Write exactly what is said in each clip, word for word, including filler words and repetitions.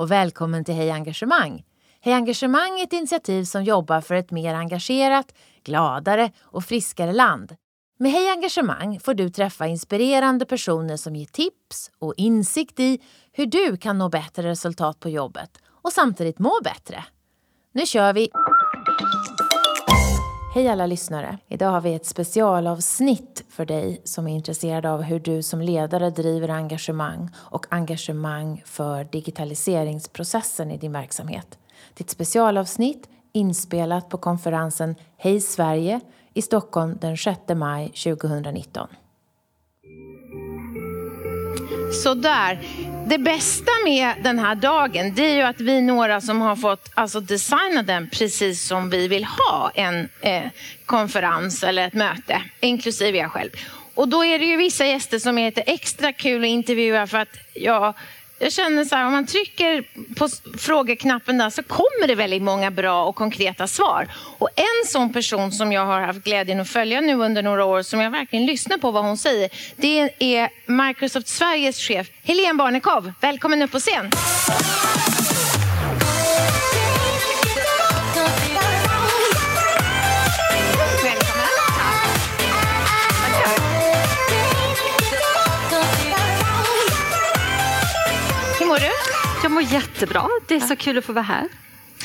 och välkommen till Hej Engagemang. Hej Engagemang är ett initiativ som jobbar för ett mer engagerat, gladare och friskare land. Med Hej Engagemang får du träffa inspirerande personer som ger tips och insikt i hur du kan nå bättre resultat på jobbet och samtidigt må bättre. Nu kör vi! Hej alla lyssnare! Idag har vi ett specialavsnitt för dig som är intresserad av hur du som ledare driver engagemang och engagemang för digitaliseringsprocessen i din verksamhet. Det är ett specialavsnitt inspelat på konferensen Hej Sverige i Stockholm den sjätte maj tjugonitton. Så där. Det bästa med den här dagen, det är ju att vi är några som har fått alltså designa den precis som vi vill ha en eh, konferens eller ett möte, inklusive jag själv. Och då är det ju vissa gäster som är lite extra kul att intervjua för att jag, jag känner så här, om man trycker på frågeknappen där så kommer det väldigt många bra och konkreta svar. Och en sån person som jag har haft glädjen att följa nu under några år, som jag verkligen lyssnar på vad hon säger, det är Microsoft Sveriges chef Helene Barnekow. Välkommen upp på scen. Jag mår jättebra. Det är så kul att få vara här.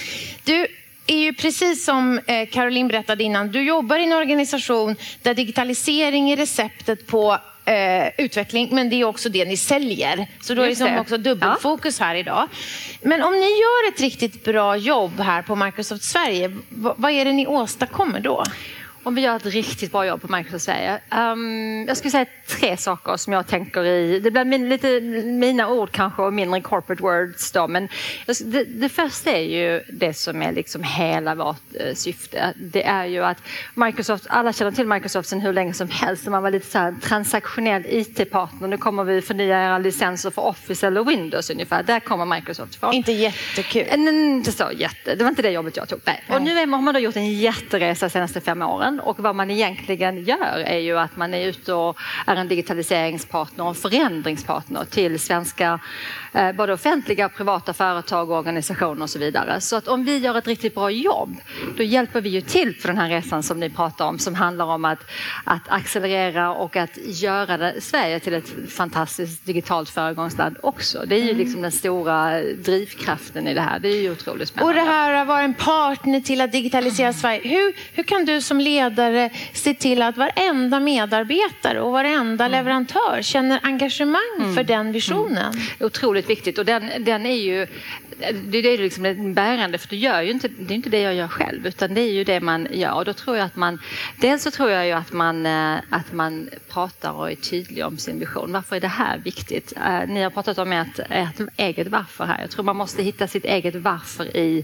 Du är ju precis som Caroline berättade innan. Du jobbar i en organisation där digitalisering är receptet på eh, utveckling. Men det är också det ni säljer. Så då är det som också dubbelfokus ja. här idag. Men om ni gör ett riktigt bra jobb här på Microsoft Sverige. V- vad är det ni åstadkommer då? Om vi gör ett riktigt bra jobb på Microsoft Sverige. Um, jag skulle säga tre saker som jag tänker i. Det blir min, lite mina ord kanske och mindre corporate words då. Men det, det första är ju det som är liksom hela vårt uh, syfte. Det är ju att Microsoft, alla känner till Microsoft sedan hur länge som helst. Man var lite så här transaktionell I T-partner. Nu kommer vi förnya era licenser för Office eller Windows ungefär. Där kommer Microsoft ifrån. Inte jättekul. Inte så jätte. Det var inte det jobbet jag tog. Nej. Och nu har man då gjort en jätteresa de senaste fem åren. Och vad man egentligen gör är ju att man är ute och är en digitaliseringspartner och förändringspartner till svenska eh, både offentliga, privata företag och organisationer och så vidare. Så att om vi gör ett riktigt bra jobb, då hjälper vi ju till för den här resan som ni pratar om, som handlar om att, att accelerera och att göra det, Sverige till ett fantastiskt digitalt föregångsland också. Det är ju liksom den stora drivkraften i det här. Det är ju otroligt spännande. Och det här att vara en partner till att digitalisera Sverige. Hur, hur kan du som ledare se till att varenda medarbetare och varenda mm. leverantör känner engagemang mm. för den visionen? Mm. Det är otroligt viktigt och den, den är ju det är liksom en bärande, för det gör ju inte, det är inte det jag gör själv, utan det är ju det man gör. Och då tror jag att man, dels så tror jag ju att man, att man pratar och är tydlig om sin vision. Varför är det här viktigt? Ni har pratat om ett, ett eget varför här. Jag tror man måste hitta sitt eget varför i,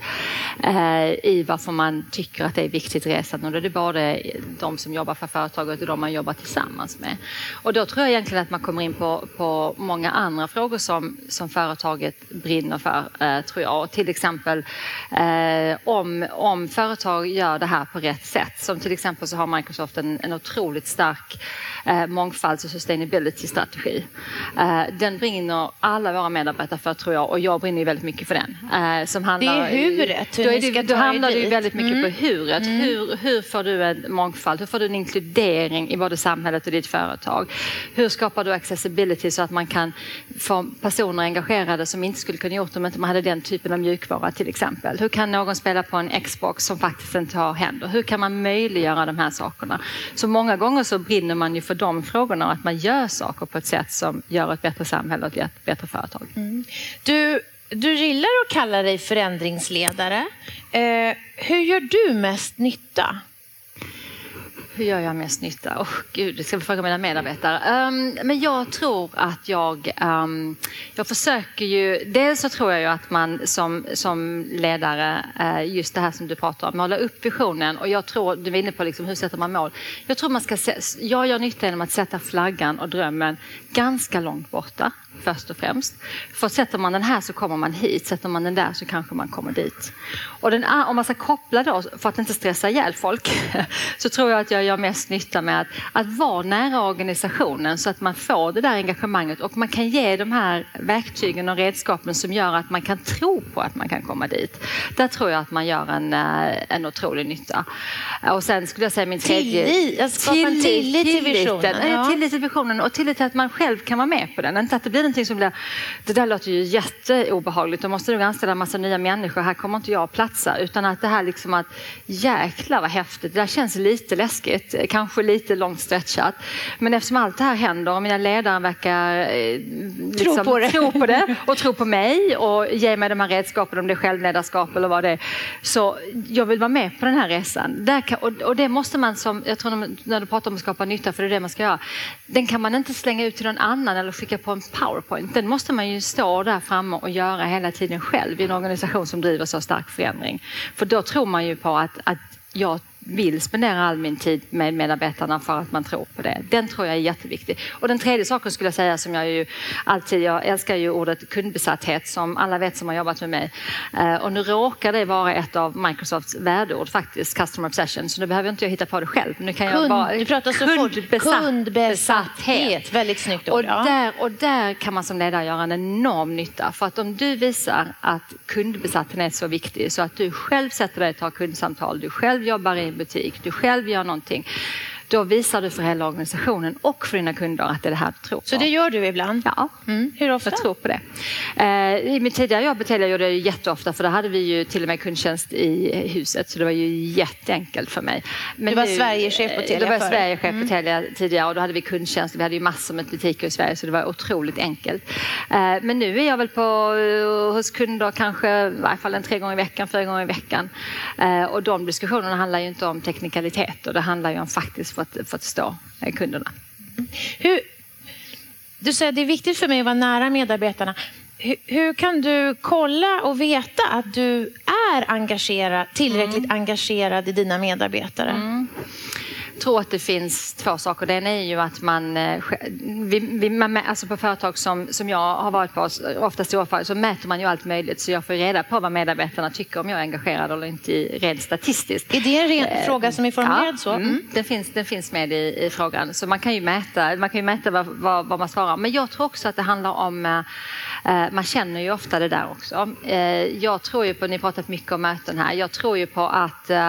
i varför man tycker att det är viktigt resan. Och då är det både de som jobbar för företaget och de man jobbar tillsammans med. Och då tror jag egentligen att man kommer in på, på många andra frågor som, som företaget brinner för, eh, tror jag. Och till exempel eh, om, om företag gör det här på rätt sätt. Som till exempel så har Microsoft en, en otroligt stark eh, mångfalds- och sustainability-strategi. Eh, den brinner alla våra medarbetare för, tror jag. Och jag brinner ju väldigt mycket för den. Eh, som handlar, det är huret. Hur då, är det, då handlar det ju väldigt mycket mm. på huret. Mm. Hur, hur får du en mångfald? Hur får du en inkludering i både samhället och ditt företag? Hur skapar du accessibility så att man kan få personer engagerade som inte skulle kunna gjort om inte man hade den typen av mjukvara till exempel? Hur kan någon spela på en Xbox som faktiskt inte har händer? Hur kan man möjliggöra de här sakerna? Så många gånger så brinner man ju för de frågorna, att man gör saker på ett sätt som gör ett bättre samhälle och ett bättre företag. Mm. Du, du gillar att kalla dig förändringsledare. Eh, hur gör du mest nytta? Hur gör jag mest nytta? Oh, gud, det ska vi fråga mina medarbetare. Um, men jag tror att jag, um, jag försöker ju, dels så tror jag ju att man som, som ledare, uh, just det här som du pratar om, måla upp visionen. Och jag tror, du är inne på liksom, hur sätter man mål? Jag tror man ska, jag gör nytta genom att sätta flaggan och drömmen ganska långt borta, först och främst. För sätter man den här så kommer man hit, sätter man den där så kanske man kommer dit. Och den, om man ska koppla då, för att inte stressa ihjäl folk, så tror jag att jag jag gör mest nytta med att, att vara nära organisationen så att man får det där engagemanget och man kan ge de här verktygen och redskapen som gör att man kan tro på att man kan komma dit. Där tror jag att man gör en, en otrolig nytta. Och sen skulle jag säga min tredje... Tillit, jag skapar tillit, tillit till visionen. Ja. Tillit till visionen och tillit till att man själv kan vara med på den. Inte att det blir någonting som blir... Det där låter ju jätteobehagligt. Då måste du anställa en massa nya människor. Här kommer inte jag platsa. Utan att det här liksom att jäklar vad häftigt. Det där känns lite läskigt. Kanske lite långt stretchat. Men eftersom allt det här händer och mina ledare verkar liksom, tro, på det. tro på det och tro på mig och ge mig de här redskapen om det är självledarskap eller vad det är. Så jag vill vara med på den här resan. Där kan, och, och det måste man som, jag tror när du pratar om att skapa nytta, för det är det man ska göra. Den kan man inte slänga ut till någon annan eller skicka på en PowerPoint. Den måste man ju stå där framme och göra hela tiden själv i en organisation som driver så stark förändring. För då tror man ju på att, att jag vill spendera all min tid med medarbetarna för att man tror på det. Den tror jag är jätteviktig. Och den tredje saken skulle jag säga som jag ju alltid, jag älskar ju ordet kundbesatthet som alla vet som har jobbat med mig. Uh, och nu råkar det vara ett av Microsofts värdeord faktiskt, customer obsession. Så nu behöver inte jag hitta på det själv. Nu kan Kund, jag bara, du pratar så kundbesatt, fort. Kundbesatthet. Väldigt snyggt ord. Och, ja. där, och där kan man som ledare göra en enorm nytta. För att om du visar att kundbesattheten är så viktig så att du själv sätter dig och tar kundsamtal, du själv jobbar i butik, du själv gör någonting, då visar du för hela organisationen och för dina kunder att det är det här du tror på. Så det gör du ibland? Ja. Mm. Hur ofta? Jag tror på det. Eh, I mitt tidigare jobb gjorde jag det jätteofta, för då hade vi ju till och med kundtjänst i huset, så det var ju jätteenkelt för mig. Men du var nu, Sverigechef på Telia? Då var jag för. Sverigechef mm. på Telia tidigare och då hade vi kundtjänst. Vi hade ju massor med butiker i Sverige, så det var otroligt enkelt. Eh, men nu är jag väl på hos kunder kanske i varje fall en tre gånger i veckan, fyra gånger i veckan. Eh, och de diskussionerna handlar ju inte om teknikalitet, och det handlar ju om faktiskt för att, för att stå kunderna. Hur, du säger att det är viktigt för mig att vara nära medarbetarna. Hur, hur kan du kolla och veta att du är engagerad, tillräckligt mm. engagerad i dina medarbetare? Mm. Jag tror att det finns två saker. Det ena är ju att man, vi, vi, man alltså på företag som, som jag har varit på, ofta stora företag, så mäter man ju allt möjligt, så jag får reda på vad medarbetarna tycker om jag är engagerad eller inte rent statistiskt. Är det en ren eh, fråga som är formulerad ja, så? Mm. Mm. Den, finns, den finns med i, i frågan, så man kan ju mäta, man kan ju mäta vad, vad, vad man svarar. Men jag tror också att det handlar om, eh, man känner ju ofta det där också. Eh, jag tror ju på, ni har pratat mycket om möten här, jag tror ju på att eh,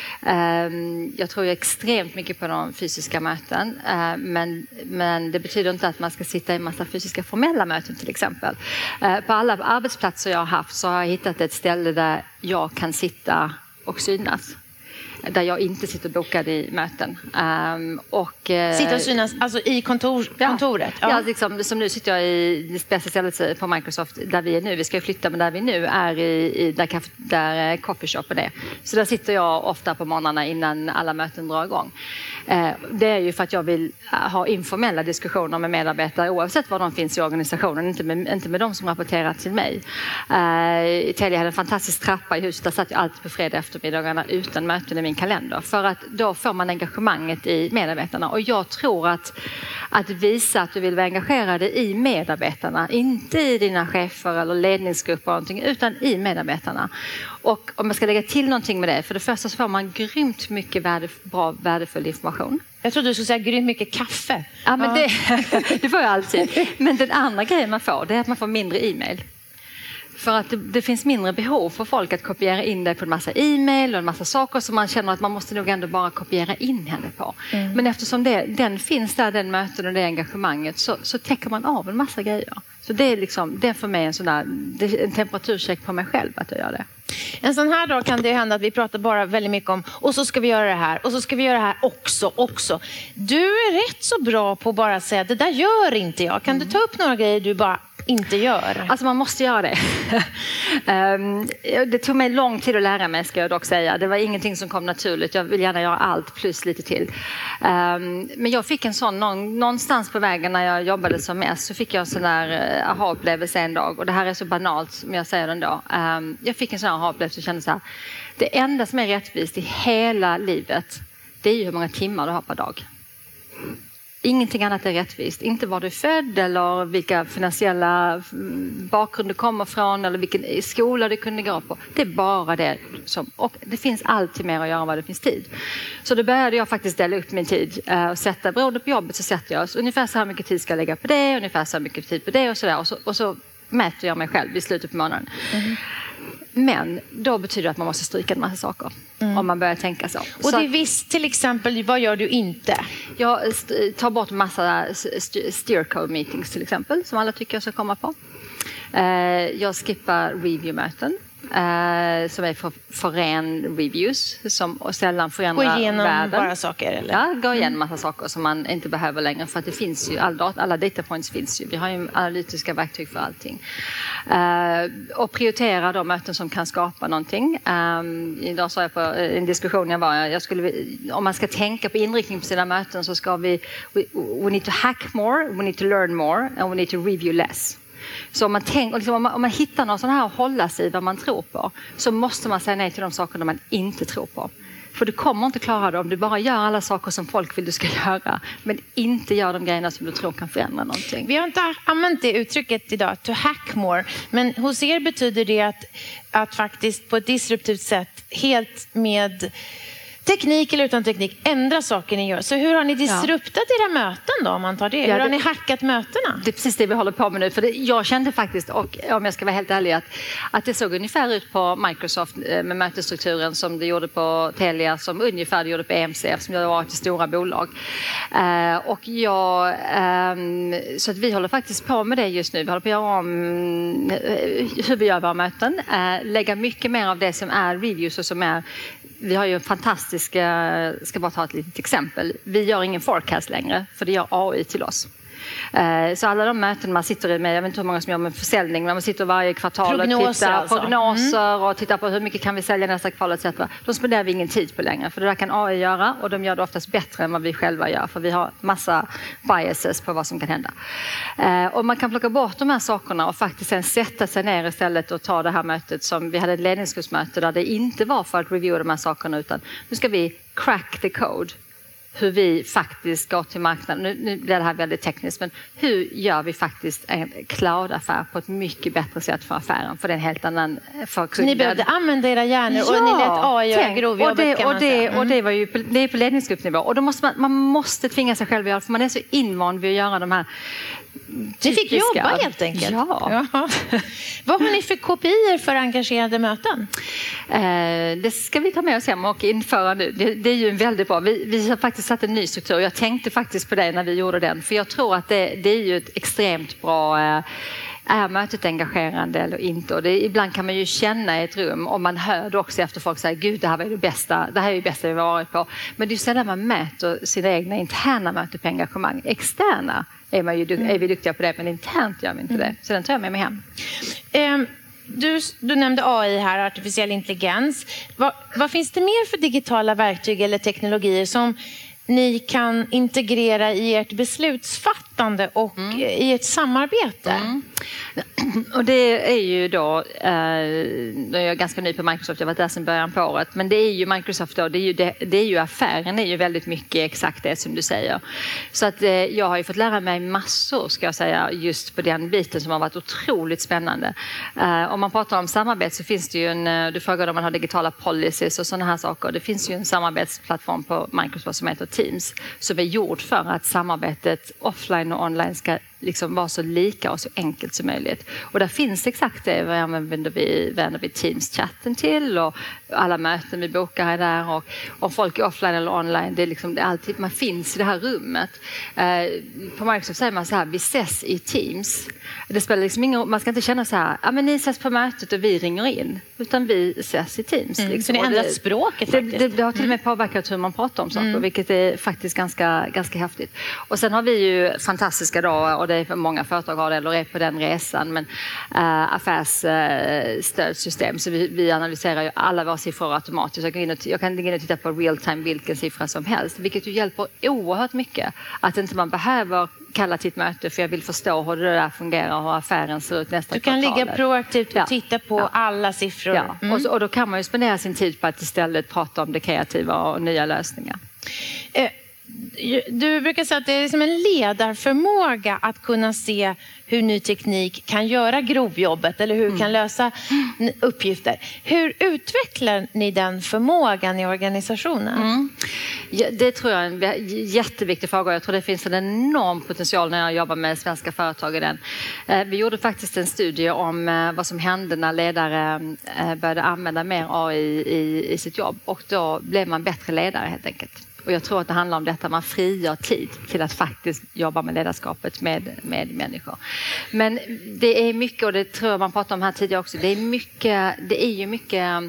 jag tror ju extremt mycket på de fysiska möten, men, men det betyder inte att man ska sitta i en massa fysiska formella möten till exempel. På alla arbetsplatser jag har haft så har jag hittat ett ställe där jag kan sitta och synas. Där jag inte sitter bokad i möten. Um, och, uh, sitter och synas alltså i kontor, ja, kontoret? Ja, ja liksom, som nu sitter jag i det bästa stället på Microsoft där vi är nu. Vi ska flytta, men där vi nu är i, i där, kaffe, där coffeeshopen är. Så där sitter jag ofta på morgnarna innan alla möten drar igång. Uh, det är ju för att jag vill ha informella diskussioner med medarbetare oavsett var de finns i organisationen. Inte med, inte med de som rapporterar till mig. Uh, Telia hade en fantastisk trappa i huset. Där satt jag alltid på fredag eftermiddagarna utan möten i min kalender, för att då får man engagemanget i medarbetarna. Och jag tror att att visa att du vill vara engagerad i medarbetarna, inte i dina chefer eller ledningsgrupper eller någonting, utan i medarbetarna. Och om man ska lägga till någonting med det, för det första så får man grymt mycket värde, bra värdefull information. Jag trodde du skulle säga grymt mycket kaffe. Ja, men ja. Det, det får jag alltid. Men den andra grejen man får, det är att man får mindre e-mail. För att det, det finns mindre behov för folk att kopiera in det på en massa e-mail och en massa saker som man känner att man måste nog ändå bara kopiera in henne på. Mm. Men eftersom det, den finns där, den möten och det engagemanget, så, så täcker man av en massa grejer. Så det är, liksom, det är för mig en, sån där, en temperaturcheck på mig själv att jag gör det. En sån här dag kan det hända att vi pratar bara väldigt mycket om och så ska vi göra det här och så ska vi göra det här också, också. Du är rätt så bra på att bara säga det där gör inte jag. Kan mm. du ta upp några grejer du bara inte gör? Alltså man måste göra det. um, det tog mig lång tid att lära mig, ska jag dock säga. Det var ingenting som kom naturligt. Jag vill gärna göra allt plus lite till. Um, men jag fick en sån, någon, någonstans på vägen när jag jobbade som mest, så fick jag en sån där uh, aha-upplevelse en dag. Och det här är så banalt som jag säger ändå. Um, jag fick en sån här aha-upplevelse och kände så här: det enda som är rättvist i hela livet, det är ju hur många timmar du har per dag. Ingenting annat är rättvist. Inte var du är född eller vilka finansiella bakgrund du kommer från eller vilken skola du kunde gå på. Det är bara det som, och det finns alltid mer att göra än vad det finns tid. Så då började jag faktiskt dela upp min tid och sätta, beroende på jobbet så sätter jag ungefär så här mycket tid ska jag lägga på det, ungefär så här mycket tid på det och sådär. Och så, och så mäter jag mig själv i slutet på månaden. Mm. Men då betyder det att man måste stryka en massa saker. Mm. Om man börjar tänka så. Och så det är visst, till exempel, vad gör du inte? Jag tar bort massa steer code meetings till exempel. Som alla tycker jag ska komma på. Jag skippar review-möten. Uh, som är för, för ren reviews som och sällan förändrar världen. Gå igenom världen. bara saker? Eller? Ja, gå igenom massa saker som man inte behöver längre för att det finns ju, alla, alla data points finns ju. Vi har ju analytiska verktyg för allting. Uh, och prioritera de möten som kan skapa någonting. Um, idag sa jag på en diskussion jag var, jag skulle, om man ska tänka på inriktning på sina möten så ska vi we, we need to hack more, we need to learn more and we need to review less. Så om man, tänk, liksom, om, man, om man hittar någon sån här att hålla sig i vad man tror på så måste man säga nej till de sakerna man inte tror på. För du kommer inte klara det om du bara gör alla saker som folk vill du ska göra men inte gör de grejerna som du tror kan förändra någonting. Vi har inte använt det uttrycket idag, to hack more, men hos er betyder det att, att faktiskt på ett disruptivt sätt helt med teknik eller utan teknik, ändra saker ni gör. Så hur har ni disruptat ja. era möten då, om man tar det? Ja, hur det, har ni hackat mötena? Det är precis det vi håller på med nu. För det, jag kände faktiskt, och om jag ska vara helt ärlig, att, att det såg ungefär ut på Microsoft med mötesstrukturen som det gjorde på Telia, som ungefär det gjorde på E M C, som jag var till stora bolag. Uh, och jag, um, så att vi håller faktiskt på med det just nu. Vi håller på att göra om uh, hur vi gör våra möten. Uh, lägga mycket mer av det som är reviews och som är. Vi har ju en fantastisk, ska bara ta ett litet exempel. Vi gör ingen forecast längre, för det gör A I till oss. Så alla de möten man sitter i med, jag vet inte hur många som gör med försäljning, men man sitter varje kvartal prognoser, och tittar alltså. prognoser mm. och tittar på hur mycket kan vi sälja nästa kvartal et cetera. De spenderar vi ingen tid på längre, för det där kan A I göra och de gör det oftast bättre än vad vi själva gör, för vi har massa biases på vad som kan hända. Och man kan plocka bort de här sakerna och faktiskt sen sätta sig ner istället och ta det här mötet som vi hade ett ledningskursmöte där det inte var för att reviewa de här sakerna, utan nu ska vi crack the code. Hur vi faktiskt går till marknaden. Nu, nu blir det här väldigt tekniskt, men hur gör vi faktiskt en cloud-affär på ett mycket bättre sätt för affären? För det är en helt annan... För ni behövde använda era hjärnor ja, och ni lät A I göra grovjobbet, och det, kan man och det, säga. Mm. och det var ju på, det är på ledningsgruppnivå. Och då måste man, man måste tvinga sig själv att göra, för man är så invand vid att göra de här Ni fick jobba helt enkelt. Ja. Vad har ni för kopior för engagerade möten? Eh, det ska vi ta med oss hem och införa nu. Det, det är ju en väldigt bra. Vi, vi har faktiskt satt en ny struktur. Jag tänkte faktiskt på det när vi gjorde den. För jag tror att det, det är ju ett extremt bra... Eh, är mötet engagerande eller inte? Och det, ibland kan man ju känna i ett rum, och man hör det också efter folk säger, gud det här var det bästa, det här är det bästa vi har varit på. Men det är ju så där man mäter sina egna interna möten på engagemang. Externa är, man ju, är vi duktiga på det, men internt gör vi inte det. Så den tar jag med mig hem. Um. Du, du nämnde A I här, artificiell intelligens. Vad, vad finns det mer för digitala verktyg eller teknologier som ni kan integrera i ert beslutsfattande och mm. i ett samarbete? Mm. Och det är ju då, eh, jag är ganska ny på Microsoft, jag har varit där sedan början på året, men det är ju Microsoft då, det är ju, det, det är ju affären är ju väldigt mycket exakt det som du säger. Så att eh, jag har ju fått lära mig massor, ska jag säga, just på den biten som har varit otroligt spännande. Eh, om man pratar om samarbete så finns det ju en, du frågade om man har digitala policies och sådana här saker, det finns ju en samarbetsplattform på Microsoft som heter Teams, som är gjord för att samarbetet offline och online ska liksom vara så lika och så enkelt som möjligt. Och där finns exakt det, vad använder vi, vänder vi Teams-chatten till, och alla möten vi bokar är där, och om folk är offline eller online, det är liksom det är alltid, man finns i det här rummet. Eh, på Microsoft säger man så här, vi ses i Teams. Det spelar liksom ingen, man ska inte känna så här, ja men ni ses på mötet och vi ringer in, utan vi ses i Teams. Mm, liksom. Så ni ändrar språket det, faktiskt. Det, det har till och med påverkat hur man pratar om saker, mm. vilket är faktiskt ganska, ganska häftigt. Och sen har vi ju fantastiska då, och det är för många företag har det eller är på den resan, men äh, affärsstödsystem, så vi, vi analyserar ju alla våra siffror automatiskt. Jag kan, in och, jag kan gå in och titta på real time vilken siffra som helst, vilket ju hjälper oerhört mycket. Att inte man behöver kalla till ett möte, för jag vill förstå hur det där fungerar och hur affären ser ut nästa kvartal. Du kan ligga proaktivt och ja. titta på ja. alla siffror. Ja. Mm. Och, så, och då kan man ju spendera sin tid på att istället prata om det kreativa och nya lösningar. Eh. Du brukar säga att det är som en ledarförmåga att kunna se hur ny teknik kan göra grovjobbet eller hur mm. kan lösa uppgifter. Hur utvecklar ni den förmågan i organisationen? Mm. Ja, det tror jag är en jätteviktig fråga. Jag tror det finns en enorm potential när jag jobbar med svenska företag i den. Vi gjorde faktiskt en studie om vad som hände när ledare började använda mer A I i, i sitt jobb. Och då blev man bättre ledare helt enkelt. Och jag tror att det handlar om detta, man frigör tid till att faktiskt jobba med ledarskapet med, med människor. Men det är mycket, och det tror jag man pratade om här tidigare också, det är mycket, det är ju mycket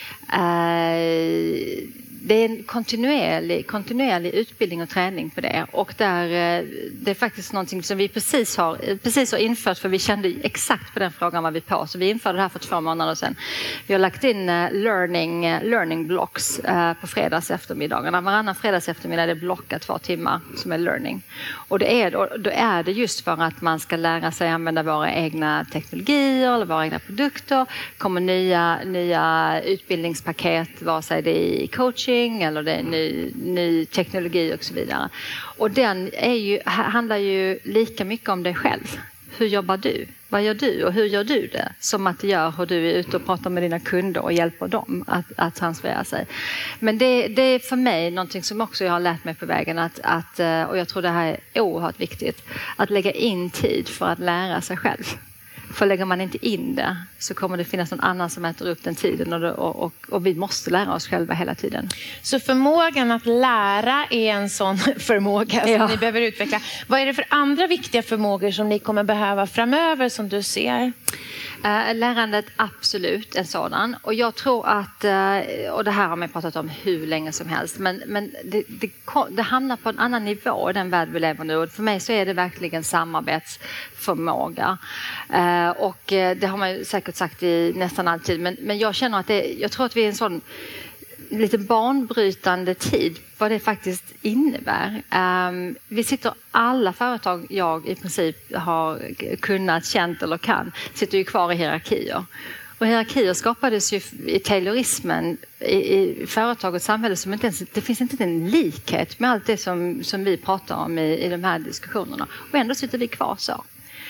eh, det är en kontinuerlig, kontinuerlig utbildning och träning på det. Och där, det är faktiskt någonting som vi precis har, precis har infört, för vi kände exakt på den frågan vad vi på. Så vi införde det här för två månader sedan. Vi har lagt in learning, learning blocks på fredags eftermiddagarna. Varannan fredags eftermiddag är det blockat två timmar som är learning. Och det är, då är det just för att man ska lära sig använda våra egna teknologier eller våra egna produkter. Kommer nya, nya utbildningspaket, vare sig det är i coaching eller det är ny, ny teknologi och så vidare. Och den är ju, handlar ju lika mycket om dig själv. Hur jobbar du? Vad gör du och hur gör du det? Som att det gör hur du är ute och pratar med dina kunder och hjälper dem att, att transferera sig. Men det, det är för mig någonting som också jag har lärt mig på vägen. Att, att, och jag tror det här är oerhört viktigt. Att lägga in tid för att lära sig själv. För lägger man inte in det så kommer det finnas någon annan som äter upp den tiden och, det, och, och, och vi måste lära oss själva hela tiden. Så förmågan att lära är en sån förmåga som ja. ni behöver utveckla. Vad är det för andra viktiga förmågor som ni kommer behöva framöver som du ser? Uh, lärandet absolut en sådan. Och jag tror att, uh, och det här har man pratat om hur länge som helst, men, men det, det, det hamnar på en annan nivå i den värld vi lever nu. Och för mig så är det verkligen samarbetsförmåga. Uh, och uh, det har man ju säkert sagt i nästan alltid, men, men jag känner att det, jag tror att vi är en sån lite banbrytande tid vad det faktiskt innebär. Um, vi sitter alla företag jag i princip har kunnat, känt eller kan sitter ju kvar i hierarkier. Och hierarkier skapades ju i taylorismen i, i företag och samhälle som inte ens, det finns inte en likhet med allt det som, som vi pratar om i, i de här diskussionerna. Och ändå sitter vi kvar så.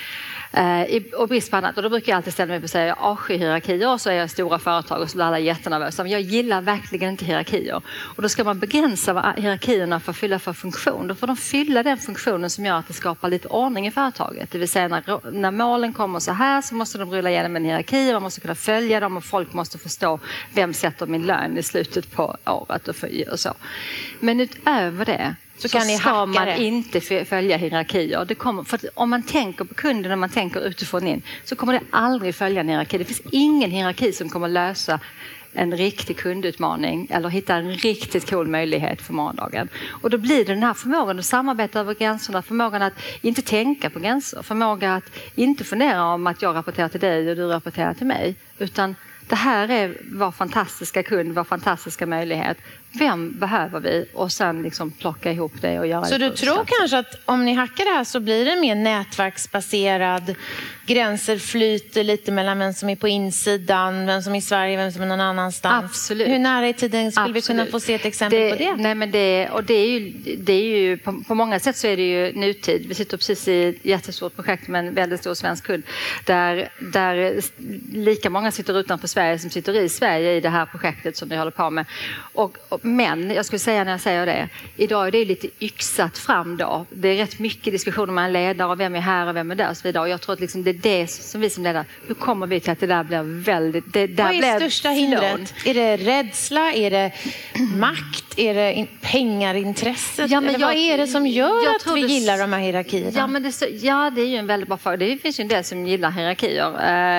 Uh, och brist på annat. Och då brukar jag alltid ställa mig på att säga jag avskyr hierarkier, och så är jag stora företag och så blir alla jättenervösa. Men jag gillar verkligen inte hierarkier. Och då ska man begränsa vad hierarkierna får fylla för funktion. Då får de fylla den funktionen som gör att det skapar lite ordning i företaget. Det vill säga när, när målen kommer så här så måste de rulla igenom en hierarki. Man måste kunna följa dem och folk måste förstå vem sätter min lön i slutet på året och, för, och så. Men utöver det Så, så kan ni ska man det. inte följa hierarkier. Det kommer, för om man tänker på kunden, när man tänker utifrån in, så kommer det aldrig följa en hierarki. Det finns ingen hierarki som kommer lösa en riktig kundutmaning eller hitta en riktigt cool möjlighet för morgondagen. Och då blir det den här förmågan att samarbeta över gränserna, förmågan att inte tänka på gränser, förmågan att inte fundera om att jag rapporterar till dig och du rapporterar till mig, utan det här är vår fantastiska kund, vår fantastiska möjlighet. Vem behöver vi? Och sen liksom plocka ihop det och göra Så det. du tror kanske att om ni hackar det här så blir det mer nätverksbaserad, gränser flyter lite mellan vem som är på insidan, vem som är i Sverige, vem som är någon annanstans. Absolut. Hur nära i tiden skulle Absolut. vi kunna få se ett exempel det, på det? Nej, men det, och det är ju, det är ju på, på många sätt så är det ju nutid. Vi sitter precis i ett jättestort projekt med en väldigt stor svensk kund där, där lika många sitter utanför Sverige som sitter i Sverige i det här projektet som vi håller på med. Och, och, men jag skulle säga när jag säger det, idag är det lite yxat fram då. Det är rätt mycket diskussioner med en ledare och vem är här och vem är där och så vidare. Och jag tror att liksom det är det som vi som ledare, hur kommer vi till att det där blir väldigt... Det där Vad är blir största hindret? Är det rädsla? Är det makt? Är det in- pengarintresset? Ja, men Eller jag, vad är det som gör att vi det, gillar de här hierarkierna? Ja, men det, ja, det är ju en väldigt bra fråga. Det finns ju en del som gillar hierarkier.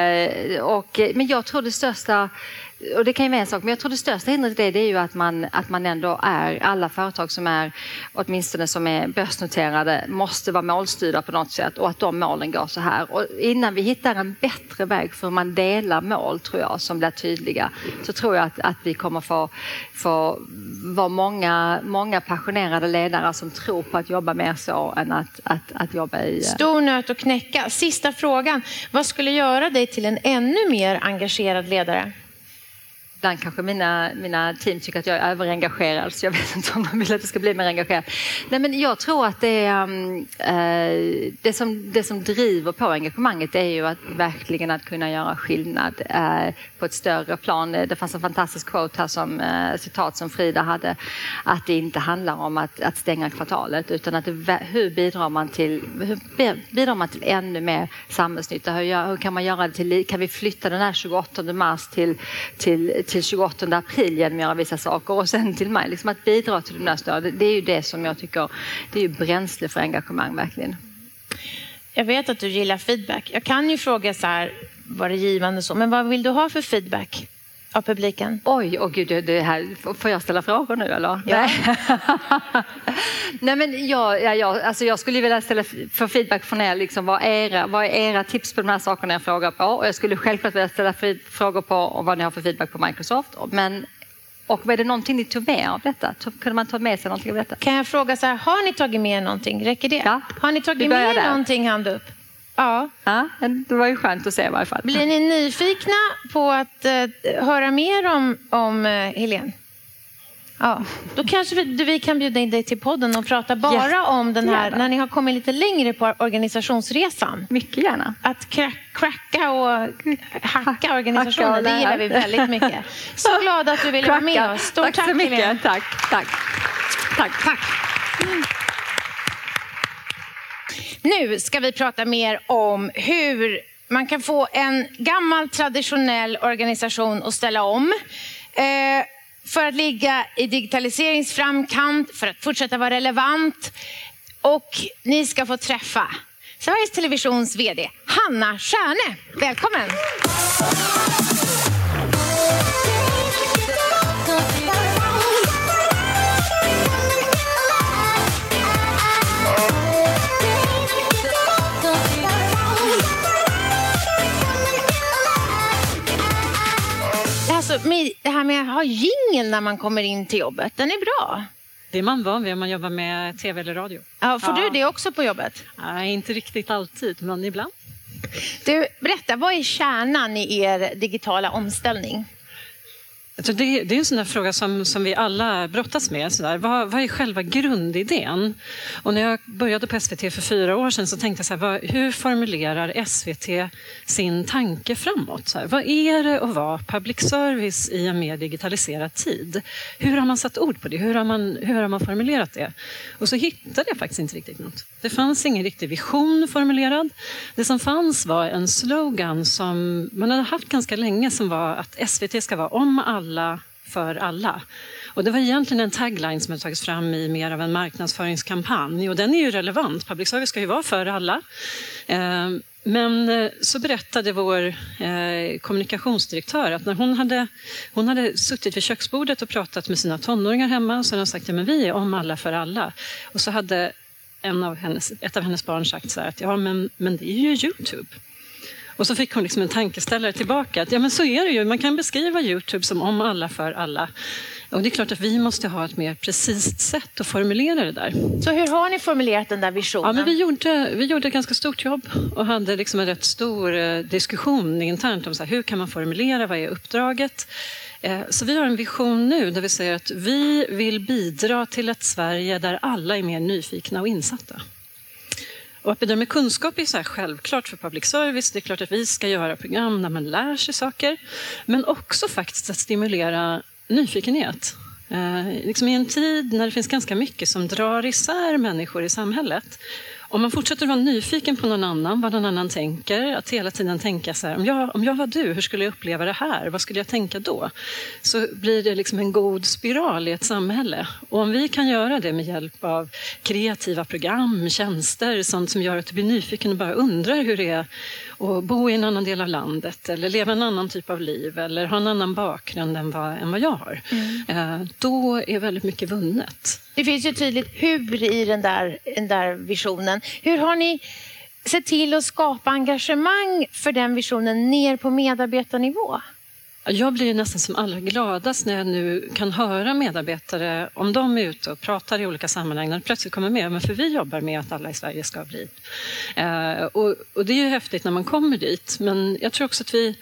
Eh, och, men jag tror det största... Och det kan ju vara en sak, men jag tror det största hindret det, det är ju att man, att man ändå är, alla företag som är, åtminstone som är börsnoterade, måste vara målstyrda på något sätt och att de målen går så här. Och innan vi hittar en bättre väg för hur man delar mål, tror jag, som blir tydliga, så tror jag att, att vi kommer få, få vara många, många passionerade ledare som tror på att jobba mer så än att, att, att jobba i... Stor nöt att knäcka. Sista frågan, vad skulle göra dig till en ännu mer engagerad ledare? ibland kanske mina, mina team tycker att jag är överengagerad, så jag vet inte om de vill att det ska bli mer engagerad. Nej, men jag tror att det, um, uh, det, som, det som driver på engagemanget är ju att verkligen att kunna göra skillnad uh, på ett större plan. Det fanns en fantastisk quote här, som uh, citat som Frida hade, att det inte handlar om att, att stänga kvartalet, utan att det, hur bidrar man till hur bidrar man till ännu mer samhällsnytta? Hur, hur kan man göra det till, kan vi flytta den här tjugoåttonde mars till, till, till tjugoåttonde april genom att göra vissa saker, och sen till maj, liksom att bidra till de där stöden. Det är ju det som jag tycker, det är ju bränsle för engagemang verkligen. Jag vet att du gillar feedback. Jag kan ju fråga så här, var det givande så, men vad vill du ha för feedback av publiken? Oj, åh gud, det här, får jag ställa frågor nu eller? Ja. Nej. Nej, men jag, ja, jag, alltså jag skulle vilja ställa för feedback från er, liksom, vad, är era, vad är era tips på de här sakerna jag frågar på? Och jag skulle självklart vilja ställa frågor på vad ni har för feedback på Microsoft. Men, och var det någonting ni tog med av detta? Kunde man ta med sig någonting av detta? Kan jag fråga så här, har ni tagit med någonting? Räcker det? Ja. Har ni tagit med där. någonting, hand upp? Ja. Ja, det var ju skönt att se i varje fall. Blir ni nyfikna på att uh, höra mer om, om uh, Helene? Ja, då kanske vi, vi kan bjuda in dig till podden och prata bara yes. om den här, när ni har kommit lite längre på organisationsresan. Mycket gärna. Att crack, cracka och hacka organisationen, hacka det gillar vi väldigt mycket. Så glad att du ville cracka. vara med oss. Stort tack, tack så mycket. Helene. Tack, tack. Tack, tack. Mm. Nu ska vi prata mer om hur man kan få en gammal traditionell organisation att ställa om. Eh, för att ligga i digitaliseringsframkant, för att fortsätta vara relevant. Och ni ska få träffa Sveriges Televisions vd Hanna Stjärne. Välkommen! Alltså, det här med att ha jingle när man kommer in till jobbet, den är bra. Det är man van vid om man jobbar med tv eller radio. Ja, får ja. du det också på jobbet? Nej, inte riktigt alltid, men ibland. Du, berätta, vad är kärnan i er digitala omställning? Alltså det, det är en sån där fråga som, som vi alla brottas med. Så där. Vad, vad är själva grundidén? Och när jag började på S V T för fyra år sedan så tänkte jag så här, vad, hur formulerar S V T sin tanke framåt? Så här, vad är det att vara public service i en mer digitaliserad tid? Hur har man satt ord på det? Hur har man, hur har man formulerat det? Och så hittade jag faktiskt inte riktigt något. Det fanns ingen riktig vision formulerad. Det som fanns var en slogan som man hade haft ganska länge, som var att S V T ska vara om alla alla för alla. Och det var egentligen en tagline som har tagits fram i mer av en marknadsföringskampanj. Och den är ju relevant. Public service ska ju vara för alla. Men så berättade vår kommunikationsdirektör att när hon hade, hon hade suttit vid köksbordet och pratat med sina tonåringar hemma, så hade hon sagt att ja, vi är om alla för alla. Och så hade en av hennes, ett av hennes barn sagt så här att ja, men, men det är ju YouTube. Och så fick hon liksom en tankeställare tillbaka. Att, ja, men så är det ju. Man kan beskriva YouTube som om alla för alla. Och det är klart att vi måste ha ett mer precis sätt att formulera det där. Så hur har ni formulerat den där visionen? Ja, men vi gjorde, vi gjorde ett ganska stort jobb och hade liksom en rätt stor eh, diskussion internt om så här, hur kan man formulera, vad är uppdraget? Eh, så vi har en vision nu där vi säger att vi vill bidra till ett Sverige där alla är mer nyfikna och insatta. Och att bidra med kunskap är så här självklart för public service. Det är klart att vi ska göra program när man lär sig saker. Men också faktiskt att stimulera nyfikenhet. Eh, liksom i en tid när det finns ganska mycket som drar isär människor i samhället. Om man fortsätter vara nyfiken på någon annan, vad någon annan tänker, att hela tiden tänka så här, om jag, om jag var du, hur skulle jag uppleva det här? Vad skulle jag tänka då? Så blir det liksom en god spiral i ett samhälle. Och om vi kan göra det med hjälp av kreativa program, tjänster, sånt som gör att du blir nyfiken och bara undrar hur det är att bo i en annan del av landet eller leva en annan typ av liv eller ha en annan bakgrund än vad, än vad jag har. Mm. Då är väldigt mycket vunnet. Det finns ju tydligt hur i den där, den där visionen. Hur har ni sett till att skapa engagemang för den visionen ner på medarbetarnivå? Jag blir nästan som allra gladast när jag nu kan höra medarbetare, om de är ute och pratar i olika sammanhang, när de plötsligt kommer med, men för vi jobbar med att alla i Sverige ska bli. Eh, och, och det är ju häftigt när man kommer dit, men jag tror också att vi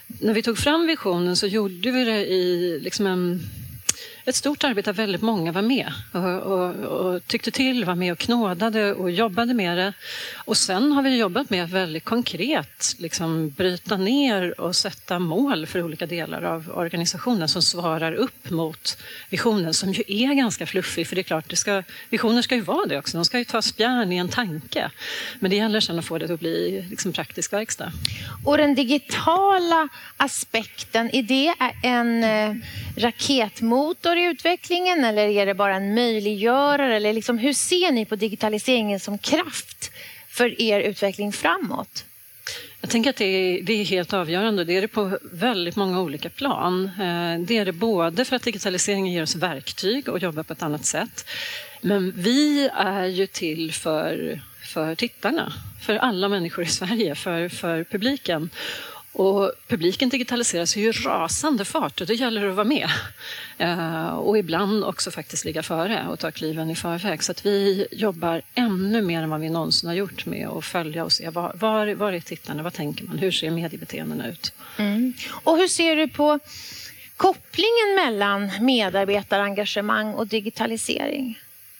när vi tog fram visionen så gjorde vi det i liksom en, ett stort arbete. Väldigt många var med och, och, och tyckte till, var med och knådade och jobbade med det. Och sen har vi jobbat med att väldigt konkret liksom bryta ner och sätta mål för olika delar av organisationen som svarar upp mot visionen, som ju är ganska fluffig. För det är klart, det ska, visioner ska ju vara det också. De ska ju ta spjärn i en tanke. Men det gäller sen att få det att bli liksom praktisk verkstad. Och den digitala aspekten, är det en eh, raketmotor i utvecklingen eller är det bara en möjliggörare? Eller liksom, hur ser ni på digitaliseringen som kraft för er utveckling framåt? Jag tänker att det är, det är helt avgörande. Det är det på väldigt många olika plan. Det är det både för att digitaliseringen ger oss verktyg och jobba på ett annat sätt. Men vi är ju till för, för tittarna, för alla människor i Sverige, för, för publiken. Och publiken digitaliseras i rasande fart och det gäller att vara med. Uh, och ibland också faktiskt ligga före och ta kliven i förväg. Så att vi jobbar ännu mer än vad vi någonsin har gjort med att följa och se var, var, var är tittarna, vad tänker man, hur ser mediebeteendena ut. Mm. Och hur ser du på kopplingen mellan medarbetarengagemang och digitalisering?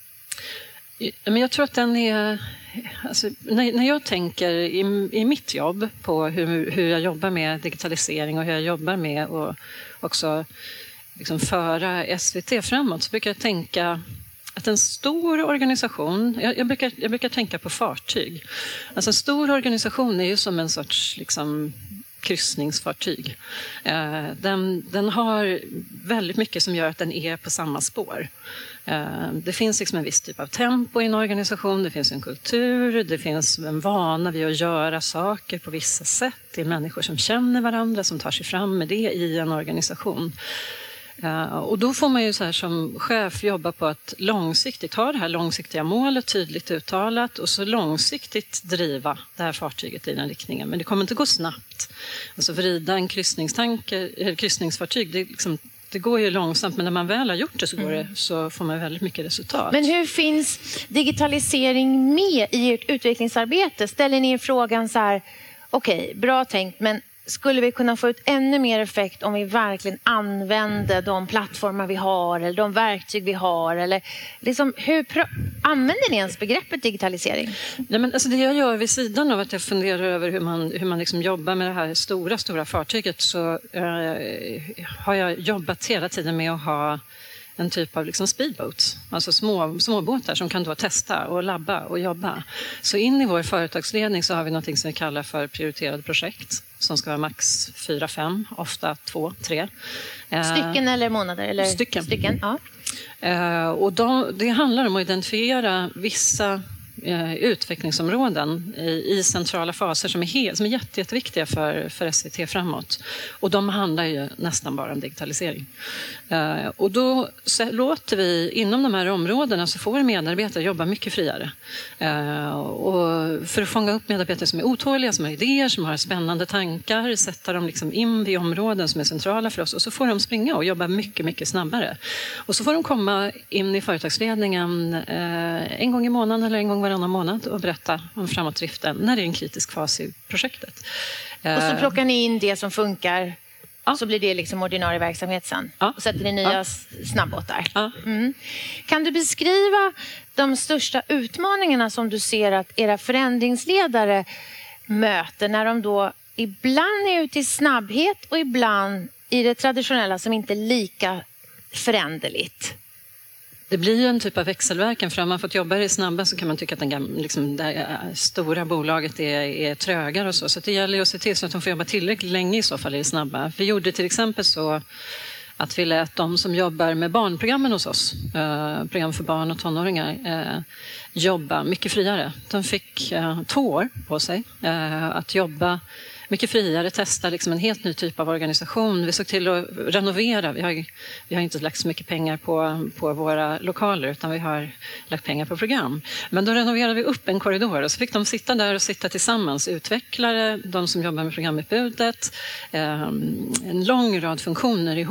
Men jag tror att den är... Alltså, när, när jag tänker i, i mitt jobb på hur, hur jag jobbar med digitalisering och hur jag jobbar med att också liksom föra S V T framåt, så brukar jag tänka att en stor organisation, jag, jag, brukar, jag brukar tänka på fartyg. Alltså en stor organisation är ju som en sorts liksom, kryssningsfartyg. Eh, den, den har väldigt mycket som gör att den är på samma spår. Eh, det finns liksom en viss typ av tempo i en organisation, det finns en kultur, det finns en vana vid att göra saker på vissa sätt. Det är människor som känner varandra, som tar sig fram med det i en organisation. Uh, och då får man ju så här som chef jobba på att långsiktigt ha det här långsiktiga målet tydligt uttalat och så långsiktigt driva det här fartyget i den riktningen. Men det kommer inte gå snabbt. Alltså vrida en kryssningstanke, kryssningsfartyg, det, liksom, det går ju långsamt, men när man väl har gjort det så, går det, så får man väldigt mycket resultat. Men hur finns digitalisering med i ert utvecklingsarbete? Ställer ni frågan så här, okej, okay, bra tänkt, men skulle vi kunna få ut ännu mer effekt om vi verkligen använder de plattformar vi har eller de verktyg vi har? Eller liksom, hur pro- använder ni ens begreppet digitalisering? Nej, men alltså det jag gör vid sidan av att jag funderar över hur man, hur man liksom jobbar med det här stora, stora fartyget så eh, har jag jobbat hela tiden med att ha en typ av liksom speedboats, alltså små, små båtar som kan då testa och labba och jobba. Så in i vår företagsledning så har vi något som vi kallar för prioriterade projekt som ska vara max fyra, fem, ofta två, tre. Stycken eller månader? Eller? Stycken. Stycken ja. Och de, det handlar om att identifiera vissa eh, utvecklingsområden i, i centrala faser som är, helt, som är jätte, jätteviktiga för, för S V T framåt. Och de handlar ju nästan bara om digitalisering. Eh, och då så, låter vi inom de här områdena så får medarbetare jobba mycket friare. Eh, och för att fånga upp medarbetare som är otåliga, som har idéer, som har spännande tankar, sätta dem liksom in vid områden som är centrala för oss och så får de springa och jobba mycket, mycket snabbare. Och så får de komma in i företagsledningen eh, en gång i månaden eller en gång varannan månad och berätta om framåtdriften när det är en kritisk fas i projektet. Och så plockar ni in det som funkar. Ja. Så blir det liksom ordinarie verksamhet sen. Ja. Och sätter ni nya ja. snabbåtar. Ja. Mm. Kan du beskriva de största utmaningarna som du ser att era förändringsledare möter när de då ibland är ute i snabbhet och ibland i det traditionella som inte är lika föränderligt? Det blir ju en typ av växelverkan, för om man fått jobba det snabba så kan man tycka att den gamla, liksom, det stora bolaget är, är trögare och så. Så det gäller ju att se till så att de får jobba tillräckligt länge i så fall i det snabba. Vi gjorde till exempel så att vi lät de som jobbar med barnprogrammen hos oss, eh, program för barn och tonåringar, eh, jobba mycket friare. De fick eh, två år på sig eh, att jobba mycket friare, testa liksom en helt ny typ av organisation. Vi såg till att renovera. Vi har, vi har inte lagt så mycket pengar på, på våra lokaler utan vi har lagt pengar på program. Men då renoverade vi upp en korridor och så fick de sitta där och sitta tillsammans. Utvecklare, de som jobbar med programutbudet, eh, en lång rad funktioner ihop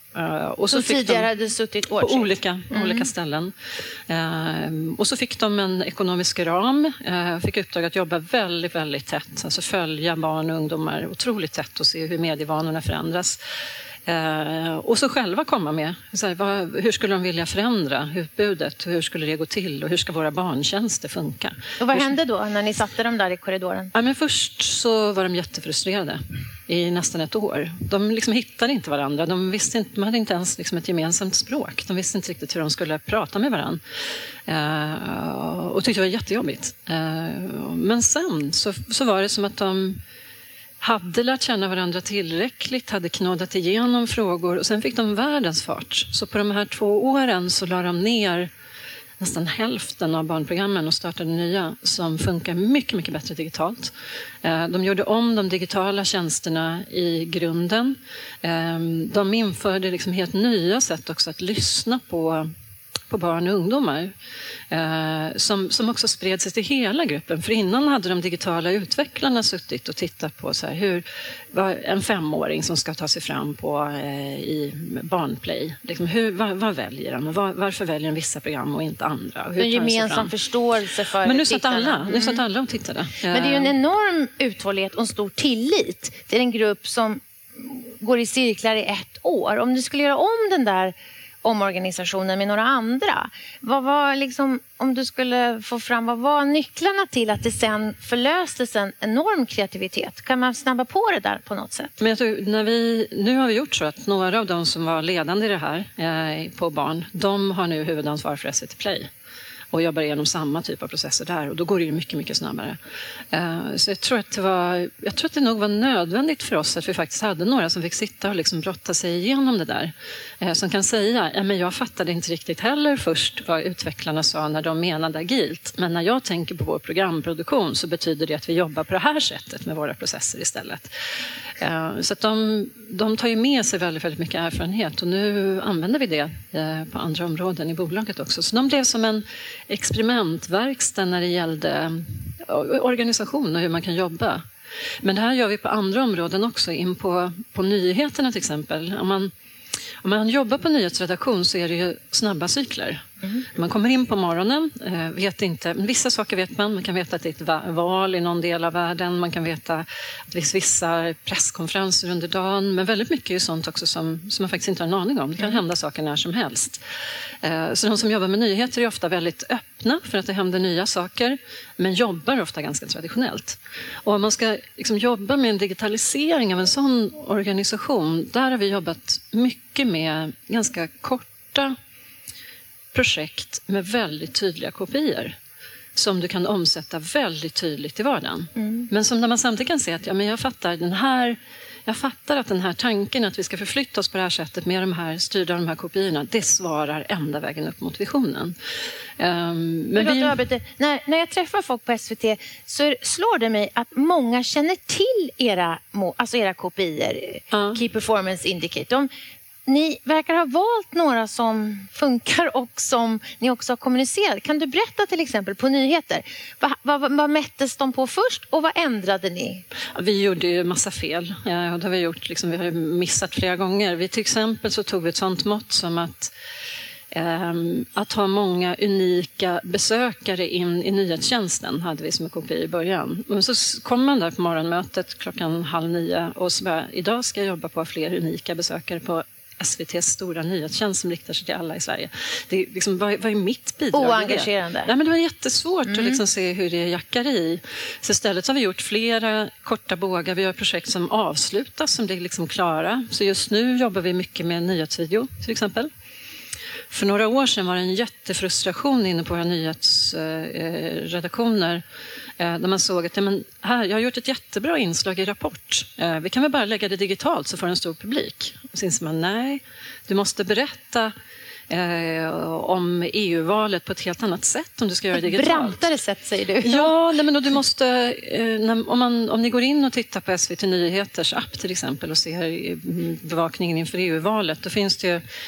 Uh, och så så fick tidigare de, hade suttit på åtskilt. olika, mm. olika ställen. Uh, och så fick de en ekonomisk ram, uh, fick uppdrag att jobba väldigt, väldigt tätt, alltså följa barn och ungdomar otroligt tätt och se hur medievanorna förändras. Uh, och så själva komma med, så här, vad, hur skulle de vilja förändra utbudet, hur skulle det gå till och hur ska våra barntjänster funka? Och vad hur, hände då när ni satte dem där i korridoren? Ja, men först så var de jättefrustrerade i nästan ett år. De liksom hittade inte varandra, de, visste inte, de hade inte ens liksom ett gemensamt språk, de visste inte riktigt hur de skulle prata med varandra. Uh, och tyckte det var jättejobbigt. Uh, men sen så, så var det som att de hade lärt känna varandra tillräckligt, hade knådat igenom frågor och sen fick de världens fart. Så på de här två åren så la de ner nästan hälften av barnprogrammen och startade nya som funkar mycket, mycket bättre digitalt. De gjorde om de digitala tjänsterna i grunden. De införde liksom helt nya sätt också att lyssna på på barn och ungdomar eh, som, som också spred sig till hela gruppen. För innan hade de digitala utvecklarna suttit och tittat på så här, hur vad, en femåring som ska ta sig fram på, eh, i barnplay. Liksom, hur, vad, vad väljer de? Var, varför väljer de vissa program och inte andra? Och hur en gemensam förståelse för Men nu satt alla, mm. nu satt alla och tittade. Men det är ju en enorm uthållighet och en stor tillit till en grupp som går i cirklar i ett år. Om du skulle göra om den där omorganisationen med några andra. Vad var liksom, om du skulle få fram, vad var nycklarna till att det sen förlöstes en enorm kreativitet? Kan man snabba på det där på något sätt? Men jag tror, när vi, nu har vi gjort så att några av de som var ledande i det här eh, på barn, de har nu huvudansvar för S V T Play och jobbar igenom samma typ av processer där och då går det ju mycket, mycket snabbare. Uh, så jag tror att det var, jag tror att det nog var nödvändigt för oss att vi faktiskt hade några som fick sitta och liksom brotta sig igenom det där. Uh, som kan säga, ja, men jag fattade inte riktigt heller först vad utvecklarna sa när de menade agilt. Men när jag tänker på vår programproduktion så betyder det att vi jobbar på det här sättet med våra processer istället. Uh, så att de, de tar ju med sig väldigt, väldigt mycket erfarenhet och nu använder vi det uh, på andra områden i bolaget också. Så de blev som en experimentverkstad när det gällde organisation och hur man kan jobba. Men det här gör vi på andra områden också, in på, på nyheterna till exempel. Om man, om man jobbar på nyhetsredaktion så är det ju snabba cykler. Mm. Man kommer in på morgonen, eh, vet inte, men vissa saker vet man. Man kan veta att det är ett va- val i någon del av världen. Man kan veta att det finns vissa presskonferenser under dagen. Men väldigt mycket är sånt också som, som man faktiskt inte har en aning om. Det kan mm. hända saker när som helst. Eh, så de som jobbar med nyheter är ofta väldigt öppna för att det händer nya saker. Men jobbar ofta ganska traditionellt. Och om man ska liksom jobba med en digitalisering av en sån organisation, där har vi jobbat mycket med ganska korta projekt med väldigt tydliga kopior som du kan omsätta väldigt tydligt i vardagen. Mm. Men som när man samtidigt kan se att ja, men jag fattar den här jag fattar att den här tanken att vi ska förflytta oss på det här sättet med de här styrda de här kopiorna, det svarar enda vägen upp mot visionen. Um, men vi... när, när jag träffar folk på S V T så slår det mig att många känner till era, alltså era kopior, uh. Key Performance Indicator. De, Ni verkar ha valt några som funkar och som ni också har kommunicerat. Kan du berätta till exempel på nyheter? Vad, vad, vad mättes de på först och vad ändrade ni? Vi gjorde ju massa fel. Ja, det har vi gjort. Liksom, vi har missat flera gånger. Vi till exempel så tog vi ett sånt mått som att, eh, att ha många unika besökare in i nyhetstjänsten hade vi som en kopia i början. Men så kom man där på morgonmötet klockan halv nio och så bara, idag ska jag jobba på fler unika besökare på S V T:s stora nyhetstjänst som riktar sig till alla i Sverige. Det är liksom, vad, vad är mitt bidrag? Oengagerande. Nej, men det var jättesvårt mm. att liksom se hur det jackar i. Så istället har vi gjort flera korta bågar. Vi har projekt som avslutas, som blir liksom klara. Så just nu jobbar vi mycket med nyhetsvideo till exempel. För några år sedan var det en jättefrustration inne på våra nyhetsredaktioner där man såg att ja, men här, jag har gjort ett jättebra inslag i Rapport. Vi kan väl bara lägga det digitalt så får det en stor publik. Och sen säger man nej, du måste berätta eh, om E U-valet på ett helt annat sätt om du ska göra det digitalt. Ett brantare sätt säger du. Ja, nej, men då du måste, eh, när, om, man, om ni går in och tittar på S V T Nyheters app till exempel och ser bevakningen inför E U-valet, då finns det ju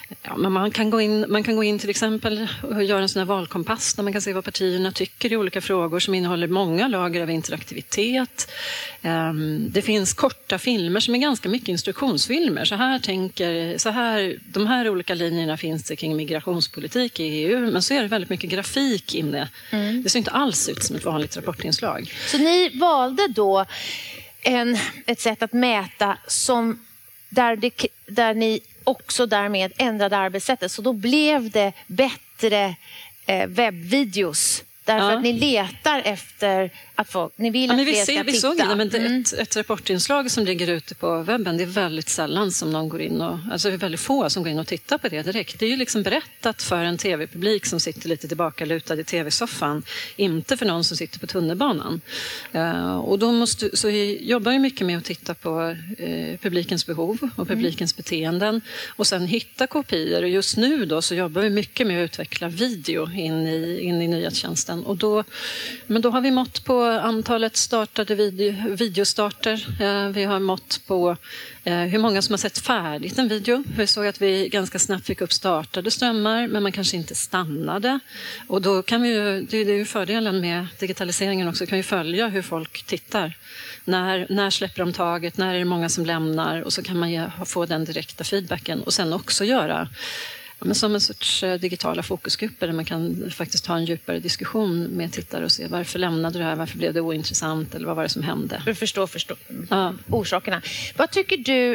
Ja, men man, kan gå in, man kan gå in till exempel och göra en sån här valkompass där man kan se vad partierna tycker i olika frågor som innehåller många lager av interaktivitet. Um, det finns korta filmer som är ganska mycket instruktionsfilmer. Så här tänker, så här, de här olika linjerna finns det kring migrationspolitik i E U, men så är det väldigt mycket grafik inne. Mm. Det ser inte alls ut som ett vanligt rapportinslag. Så ni valde då en, ett sätt att mäta som där, det, där ni också därmed ändrade arbetssättet. Så då blev det bättre eh, webbvideos. Därför ja. att ni letar efter att få, ni vill ja, att vi fler ser, ska vi titta. såg det, men mm. ett, ett rapportinslag som ligger ute på webben, det är väldigt sällan som någon går in och, alltså det är väldigt få som går in och tittar på det direkt. Det är ju liksom berättat för en tv-publik som sitter lite tillbaka lutad i tv-soffan, inte för någon som sitter på tunnelbanan. Uh, och då måste, så vi jobbar ju mycket med att titta på uh, publikens behov och publikens mm. beteenden och sen hitta kopior. Och just nu då så jobbar vi mycket med att utveckla video in i, in i nyhetstjänsten. Och då, men då har vi mått på antalet startade video, videostarter. Eh, vi har mått på eh, hur många som har sett färdigt en video. Vi såg att vi ganska snabbt fick upp startade strömmar, men man kanske inte stannade. Och då kan vi ju, det är ju fördelen med digitaliseringen också, kan vi följa hur folk tittar. När, när släpper de taget, när är det många som lämnar, och så kan man ge, få den direkta feedbacken och sen också göra men som en sorts digitala fokusgrupper där man kan faktiskt ha en djupare diskussion med tittare och se varför lämnade det här, varför blev det ointressant eller vad var det som hände. För att förstå, förstå ja. orsakerna. Vad tycker du,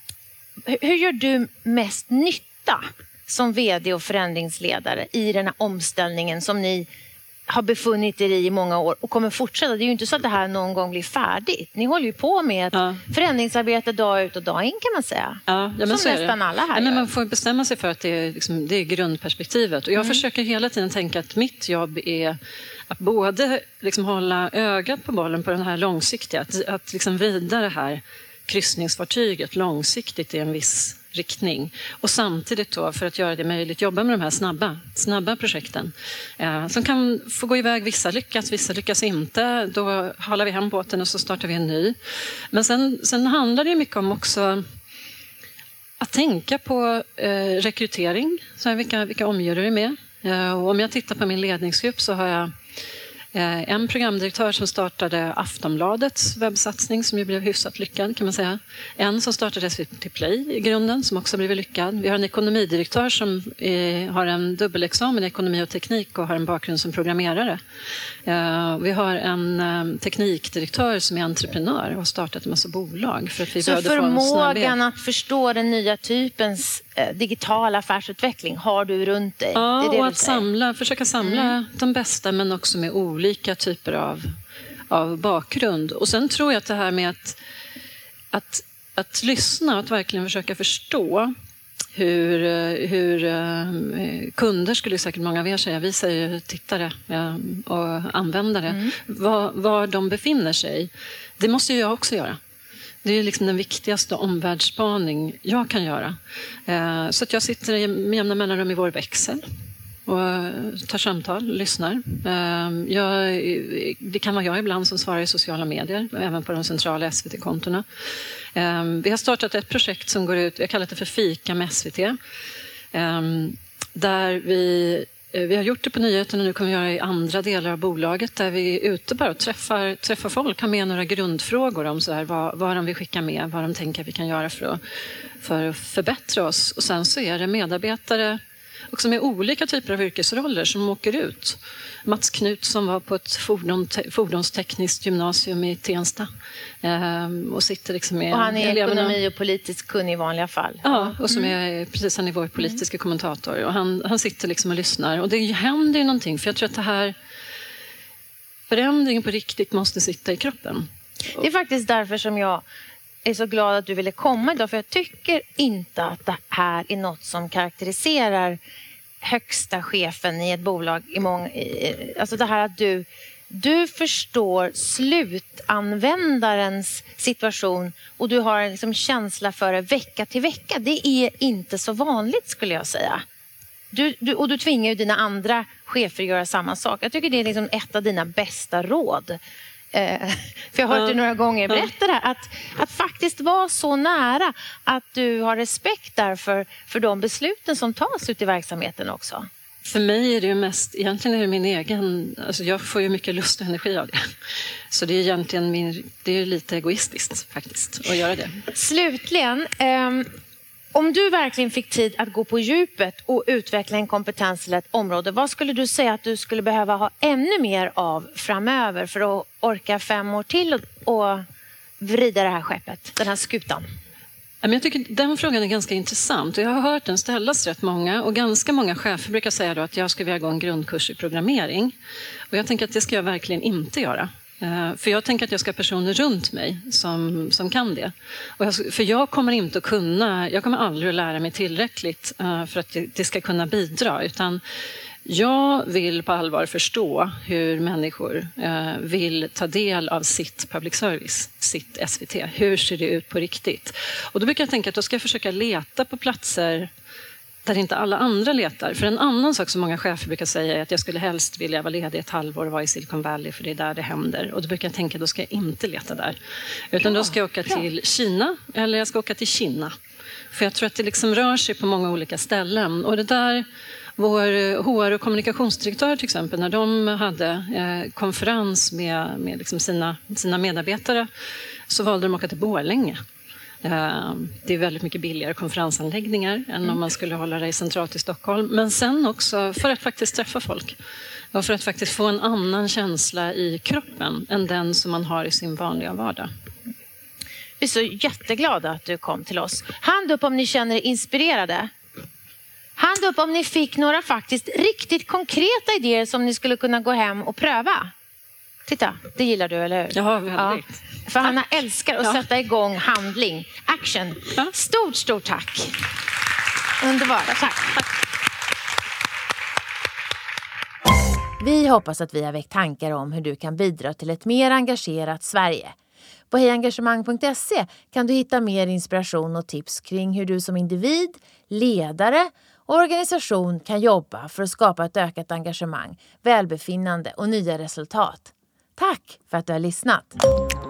hur gör du mest nytta som vd och förändringsledare i den här omställningen som ni har befunnit er i i många år och kommer fortsätta? Det är ju inte så att det här någon gång blir färdigt. Ni håller ju på med ett ja. förändringsarbete dag ut och dag in, kan man säga. Ja, ja, men som nästan alla här ja, men man får bestämma sig för att det är, liksom, det är grundperspektivet. Och jag mm. försöker hela tiden tänka att mitt jobb är att både liksom hålla ögat på bollen på den här långsiktiga, att, att liksom vrida det här kryssningsfartyget långsiktigt i en viss riktning. Och samtidigt då, för att göra det möjligt, jobba med de här snabba, snabba projekten. Eh, som kan få gå iväg, vissa lyckas, vissa lyckas inte. Då halar vi hem båten och så startar vi en ny. Men sen, sen handlar det mycket om också att tänka på eh, rekrytering. Så här, vilka, vilka omger du dig med? Eh, och om jag tittar på min ledningsgrupp så har jag en programdirektör som startade Aftonbladets webbsatsning som ju blev hyfsat lyckad, kan man säga. En som startade S V T Play i grunden som också blev lyckad. Vi har en ekonomidirektör som eh, har en dubbelexamen i ekonomi och teknik och har en bakgrund som programmerare. Eh, vi har en eh, teknikdirektör som är entreprenör och har startat en massa bolag. För att vi Så förmågan att förstå den nya typens eh, digitala affärsutveckling har du runt dig? Ja, det är det och att samla, försöka samla mm. de bästa, men också med olika typer av, av bakgrund. Och sen tror jag att det här med att, att, att lyssna och att verkligen försöka förstå hur, hur uh, kunder, skulle säkert många av er säga, vi säger tittare uh, och användare, mm. var, var de befinner sig. Det måste ju jag också göra. Det är liksom den viktigaste omvärldsspaning jag kan göra. Uh, så att jag sitter med jämna mellanrum i vår växel och tar samtal, lyssnar. Jag, det kan vara jag ibland som svarar i sociala medier, även på de centrala S V T-kontorna. Vi har startat ett projekt som går ut, jag kallar det för Fika med S V T. Där vi, vi har gjort det på nyheterna och nu kommer vi göra det i andra delar av bolaget där vi är ute bara och träffar, träffar folk, har med några grundfrågor om så här, vad, vad de vill skicka med, vad de tänker vi kan göra för att, för att förbättra oss. Och sen så är det medarbetare också med olika typer av yrkesroller som åker ut. Mats Knut som var på ett fordon, fordonstekniskt gymnasium i Tensta ehm, och sitter liksom med och han är eleverna. Ekonomi och politisk kunnig i vanliga fall. Ja, och som är precis, han är vår politiska mm. kommentator och han, han sitter liksom och lyssnar och det händer ju någonting, för jag tror att det här förändringen på riktigt måste sitta i kroppen. Det är faktiskt därför som jag är så glad att du ville komma idag, för jag tycker inte att det här är något som karaktäriserar högsta chefen i ett bolag i många, alltså det här att du du förstår slutanvändarens situation och du har en liksom känsla för det vecka till vecka. Det är inte så vanligt, skulle jag säga. Du, du, och du tvingar ju dina andra chefer att göra samma sak. Jag tycker det är liksom ett av dina bästa råd. Eh, för jag har hört dig några gånger berätta det här. Att, att faktiskt vara så nära att du har respekt därför för de besluten som tas ut i verksamheten också. För mig är det ju mest, egentligen är det min egen, alltså jag får ju mycket lust och energi av det. Så det är egentligen min, det är lite egoistiskt faktiskt att göra det. Slutligen, eh, om du verkligen fick tid att gå på djupet och utveckla en kompetens till ett område, vad skulle du säga att du skulle behöva ha ännu mer av framöver för att orka fem år till och, och vrida det här skeppet, den här skutan? Jag tycker den frågan är ganska intressant och jag har hört den ställas rätt många och ganska många chefer brukar säga då att jag ska vilja gå en grundkurs i programmering och jag tänker att det ska jag verkligen inte göra. För jag tänker att jag ska ha personer runt mig som, som kan det. Och jag, för jag kommer inte att kunna, jag kommer aldrig att lära mig tillräckligt för att det, det ska kunna bidra utan jag vill på allvar förstå hur människor eh, vill ta del av sitt public service, sitt S V T. Hur ser det ut på riktigt? Och då brukar jag tänka att då ska jag försöka leta på platser där inte alla andra letar. För en annan sak som många chefer brukar säga är att jag skulle helst vilja vara ledig ett halvår och vara i Silicon Valley för det är där det händer. Och då brukar jag tänka att då ska jag inte leta där. Utan då ska jag åka till Kina eller jag ska åka till Kina. För jag tror att det liksom rör sig på många olika ställen. Och det där... Vår H R- och kommunikationsdirektör till exempel, när de hade eh, konferens med, med liksom sina, sina medarbetare så valde de att åka till Borlänge. Eh, det är väldigt mycket billigare konferensanläggningar än mm. om man skulle hålla det centralt i Stockholm. Men sen också för att faktiskt träffa folk. Och för att faktiskt få en annan känsla i kroppen än den som man har i sin vanliga vardag. Vi är så jätteglada att du kom till oss. Hand upp om ni känner er inspirerade. Hand upp om ni fick några faktiskt riktigt konkreta idéer som ni skulle kunna gå hem och pröva. Titta, det gillar du, eller hur? Ja, väldigt. Ja. För Hanna älskar att ja. sätta igång handling. Action. Ja. Stort, stort tack. Underbart. Tack. tack. Vi hoppas att vi har väckt tankar om hur du kan bidra till ett mer engagerat Sverige. På hejengagemang punkt se kan du hitta mer inspiration och tips kring hur du som individ, ledare och organisation kan jobba för att skapa ett ökat engagemang, välbefinnande och nya resultat. Tack för att du har lyssnat!